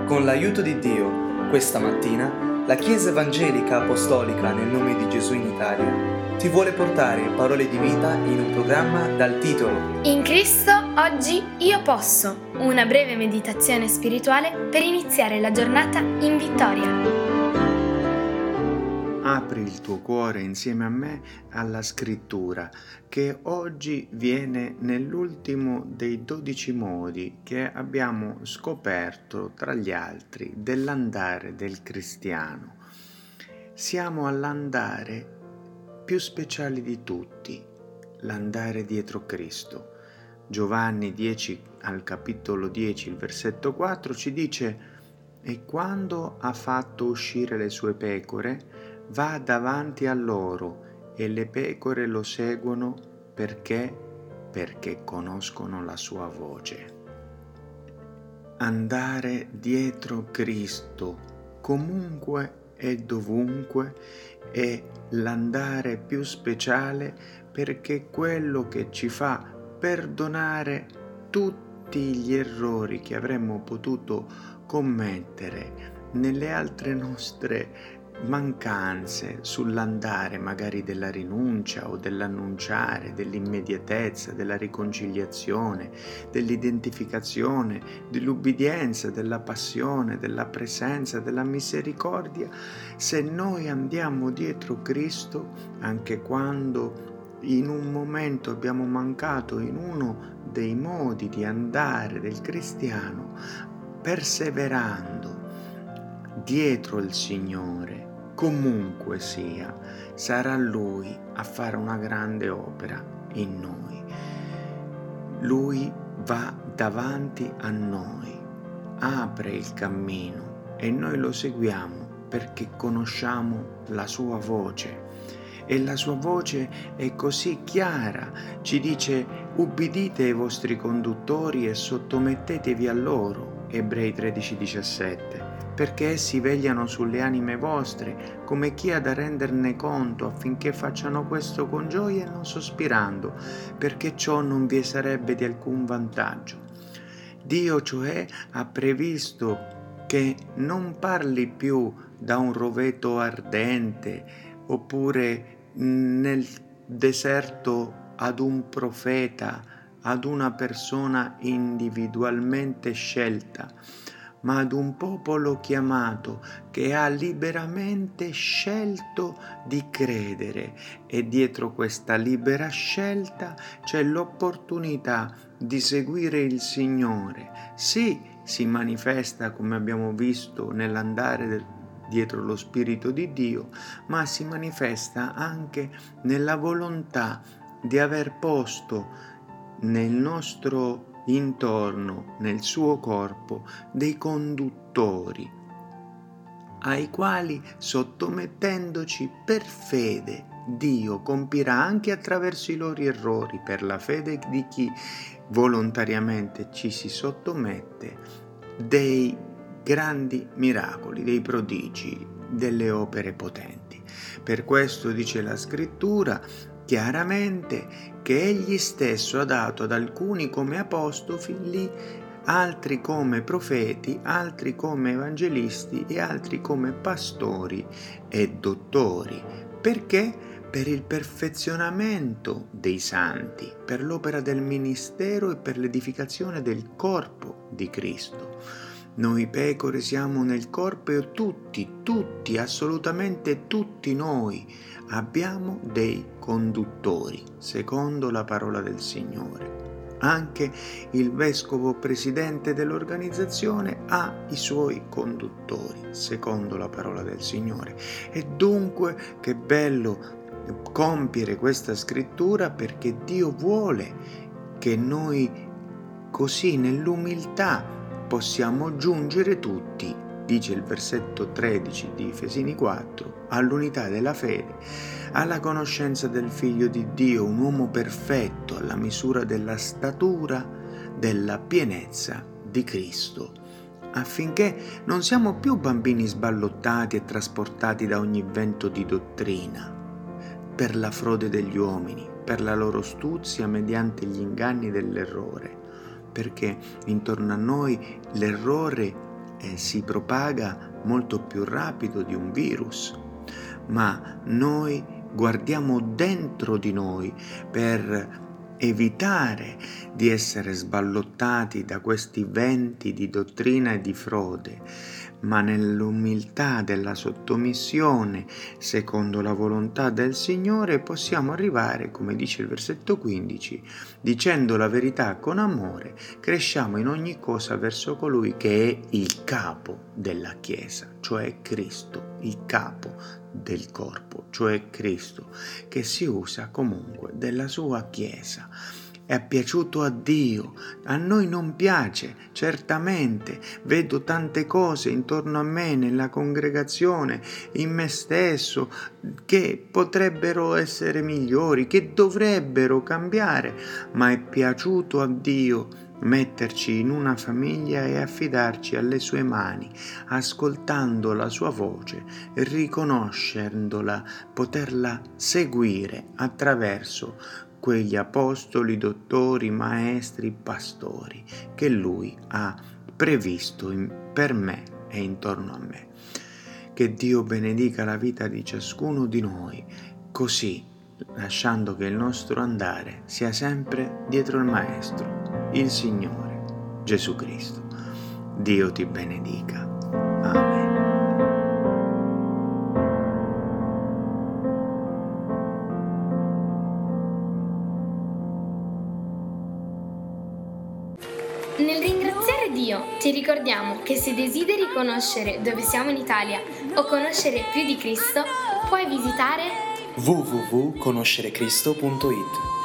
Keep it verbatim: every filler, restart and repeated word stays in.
Con l'aiuto di Dio, questa mattina, la Chiesa Evangelica Apostolica nel nome di Gesù in Italia ti vuole portare parole di vita in un programma dal titolo In Cristo oggi io posso, una breve meditazione spirituale per iniziare la giornata in vittoria. Apri il tuo cuore insieme a me alla scrittura che oggi viene nell'ultimo dei dodici modi che abbiamo scoperto tra gli altri dell'andare del cristiano. Siamo all'andare più speciale di tutti, l'andare dietro Cristo. Giovanni dieci al capitolo dieci, il versetto quattro ci dice: e quando ha fatto uscire le sue pecore, va davanti a loro e le pecore lo seguono perché? Perché conoscono la sua voce. Andare dietro Cristo comunque e dovunque è l'andare più speciale, perché è quello che ci fa perdonare tutti gli errori che avremmo potuto commettere nelle altre nostre mancanze sull'andare magari della rinuncia o dell'annunciare, dell'immediatezza, della riconciliazione, dell'identificazione, dell'ubbidienza, della passione, della presenza, della misericordia. Se noi andiamo dietro Cristo, anche quando in un momento abbiamo mancato in uno dei modi di andare del cristiano, perseverando dietro il Signore, comunque sia, sarà Lui a fare una grande opera in noi. Lui va davanti a noi, apre il cammino e noi lo seguiamo perché conosciamo la sua voce. E la sua voce è così chiara, ci dice: ubbidite ai vostri conduttori e sottomettetevi a loro, Ebrei tredici diciassette, perché essi vegliano sulle anime vostre, come chi ha da renderne conto, affinché facciano questo con gioia e non sospirando, perché ciò non vi sarebbe di alcun vantaggio. Dio, cioè, ha previsto che non parli più da un roveto ardente, oppure nel deserto ad un profeta, ad una persona individualmente scelta, ma ad un popolo chiamato che ha liberamente scelto di credere, e dietro questa libera scelta c'è l'opportunità di seguire il Signore. Sì, si manifesta, come abbiamo visto, nell'andare del dietro lo Spirito di Dio, ma si manifesta anche nella volontà di aver posto nel nostro intorno, nel suo corpo, dei conduttori ai quali, sottomettendoci per fede, Dio compirà anche attraverso i loro errori, per la fede di chi volontariamente ci si sottomette, dei grandi miracoli, dei prodigi, delle opere potenti. Per questo dice la Scrittura chiaramente che Egli stesso ha dato ad alcuni come apostoli, altri come profeti, altri come evangelisti e altri come pastori e dottori. Perché? Per il perfezionamento dei santi, per l'opera del ministero e per l'edificazione del corpo di Cristo. Noi pecore siamo nel corpo e tutti, tutti, assolutamente tutti noi abbiamo dei conduttori, secondo la parola del Signore. Anche il vescovo presidente dell'organizzazione ha i suoi conduttori, secondo la parola del Signore. E dunque che bello compiere questa scrittura, perché Dio vuole che noi così nell'umiltà possiamo giungere tutti, dice il versetto tredici di Efesini quattro, all'unità della fede, alla conoscenza del Figlio di Dio, un uomo perfetto alla misura della statura della pienezza di Cristo, affinché non siamo più bambini sballottati e trasportati da ogni vento di dottrina, per la frode degli uomini, per la loro astuzia mediante gli inganni dell'errore, perché intorno a noi l'errore eh, si propaga molto più rapido di un virus, ma noi guardiamo dentro di noi per evitare di essere sballottati da questi venti di dottrina e di frode, ma nell'umiltà della sottomissione secondo la volontà del Signore possiamo arrivare, come dice il versetto quindici, dicendo la verità con amore, cresciamo in ogni cosa verso colui che è il capo della Chiesa, cioè Cristo, il capo del corpo, cioè Cristo, che si usa comunque della sua Chiesa. È piaciuto a Dio, a noi non piace, certamente, vedo tante cose intorno a me, nella congregazione, in me stesso, che potrebbero essere migliori, che dovrebbero cambiare, ma è piaciuto a Dio metterci in una famiglia e affidarci alle sue mani, ascoltando la sua voce, riconoscendola, poterla seguire attraverso quegli apostoli, dottori, maestri, pastori che Lui ha previsto in, per me e intorno a me. Che Dio benedica la vita di ciascuno di noi, così lasciando che il nostro andare sia sempre dietro il Maestro, il Signore, Gesù Cristo. Dio ti benedica. Amen. Nel ringraziare Dio ti ricordiamo che se desideri conoscere dove siamo in Italia o conoscere più di Cristo, puoi visitare w w w punto conoscere cristo punto i t.